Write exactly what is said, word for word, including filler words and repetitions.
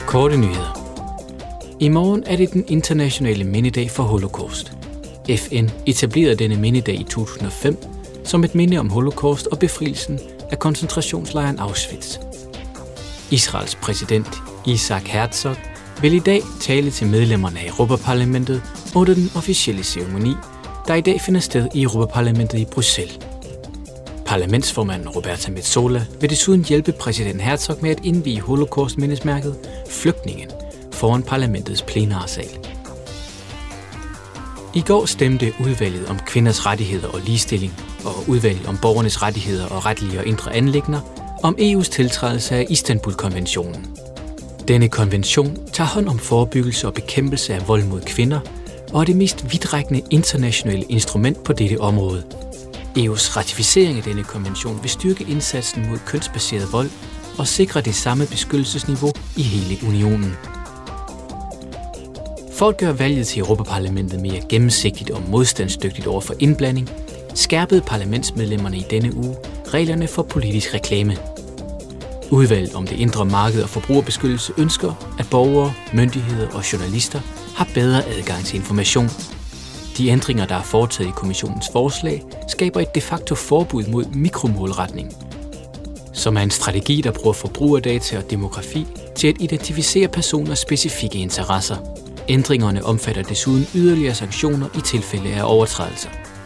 Korte nyheder. I morgen er det den internationale mindedag for Holocaust. F N etablerede denne mindedag i to tusind og fem som et minde om Holocaust og befrielsen af koncentrationslejren Auschwitz. Israels præsident Isaac Herzog vil i dag tale til medlemmerne af Europaparlamentet under den officielle ceremoni, der i dag finder sted i Europaparlamentet i Bruxelles. Parlamentsformanden Roberta Metsola vil desuden hjælpe præsident Herzog med at indvie Holocaust-mindesmærket Flygtningen foran parlamentets plenarsal. I går stemte udvalget om kvinders rettigheder og ligestilling og udvalget om borgernes rettigheder og retlige og indre anliggender om E U's tiltrædelse af Istanbul-konventionen. Denne konvention tager hånd om forebyggelse og bekæmpelse af vold mod kvinder og er det mest vidtrækkende internationale instrument på dette område. E U's ratificering af denne konvention vil styrke indsatsen mod kønsbaseret vold og sikre det samme beskyttelsesniveau i hele unionen. For at gøre valget til Europaparlamentet mere gennemsigtigt og modstandsdygtigt over for indblanding, skærpede parlamentsmedlemmerne i denne uge reglerne for politisk reklame. Udvalget om det indre marked og forbrugerbeskyttelse ønsker, at borgere, myndigheder og journalister har bedre adgang til information. De ændringer, der er foretaget i kommissionens forslag, skaber et de facto forbud mod mikromålretning, som er en strategi, der bruger forbrugerdata og demografi til at identificere personers specifikke interesser. Ændringerne omfatter desuden yderligere sanktioner i tilfælde af overtrædelser.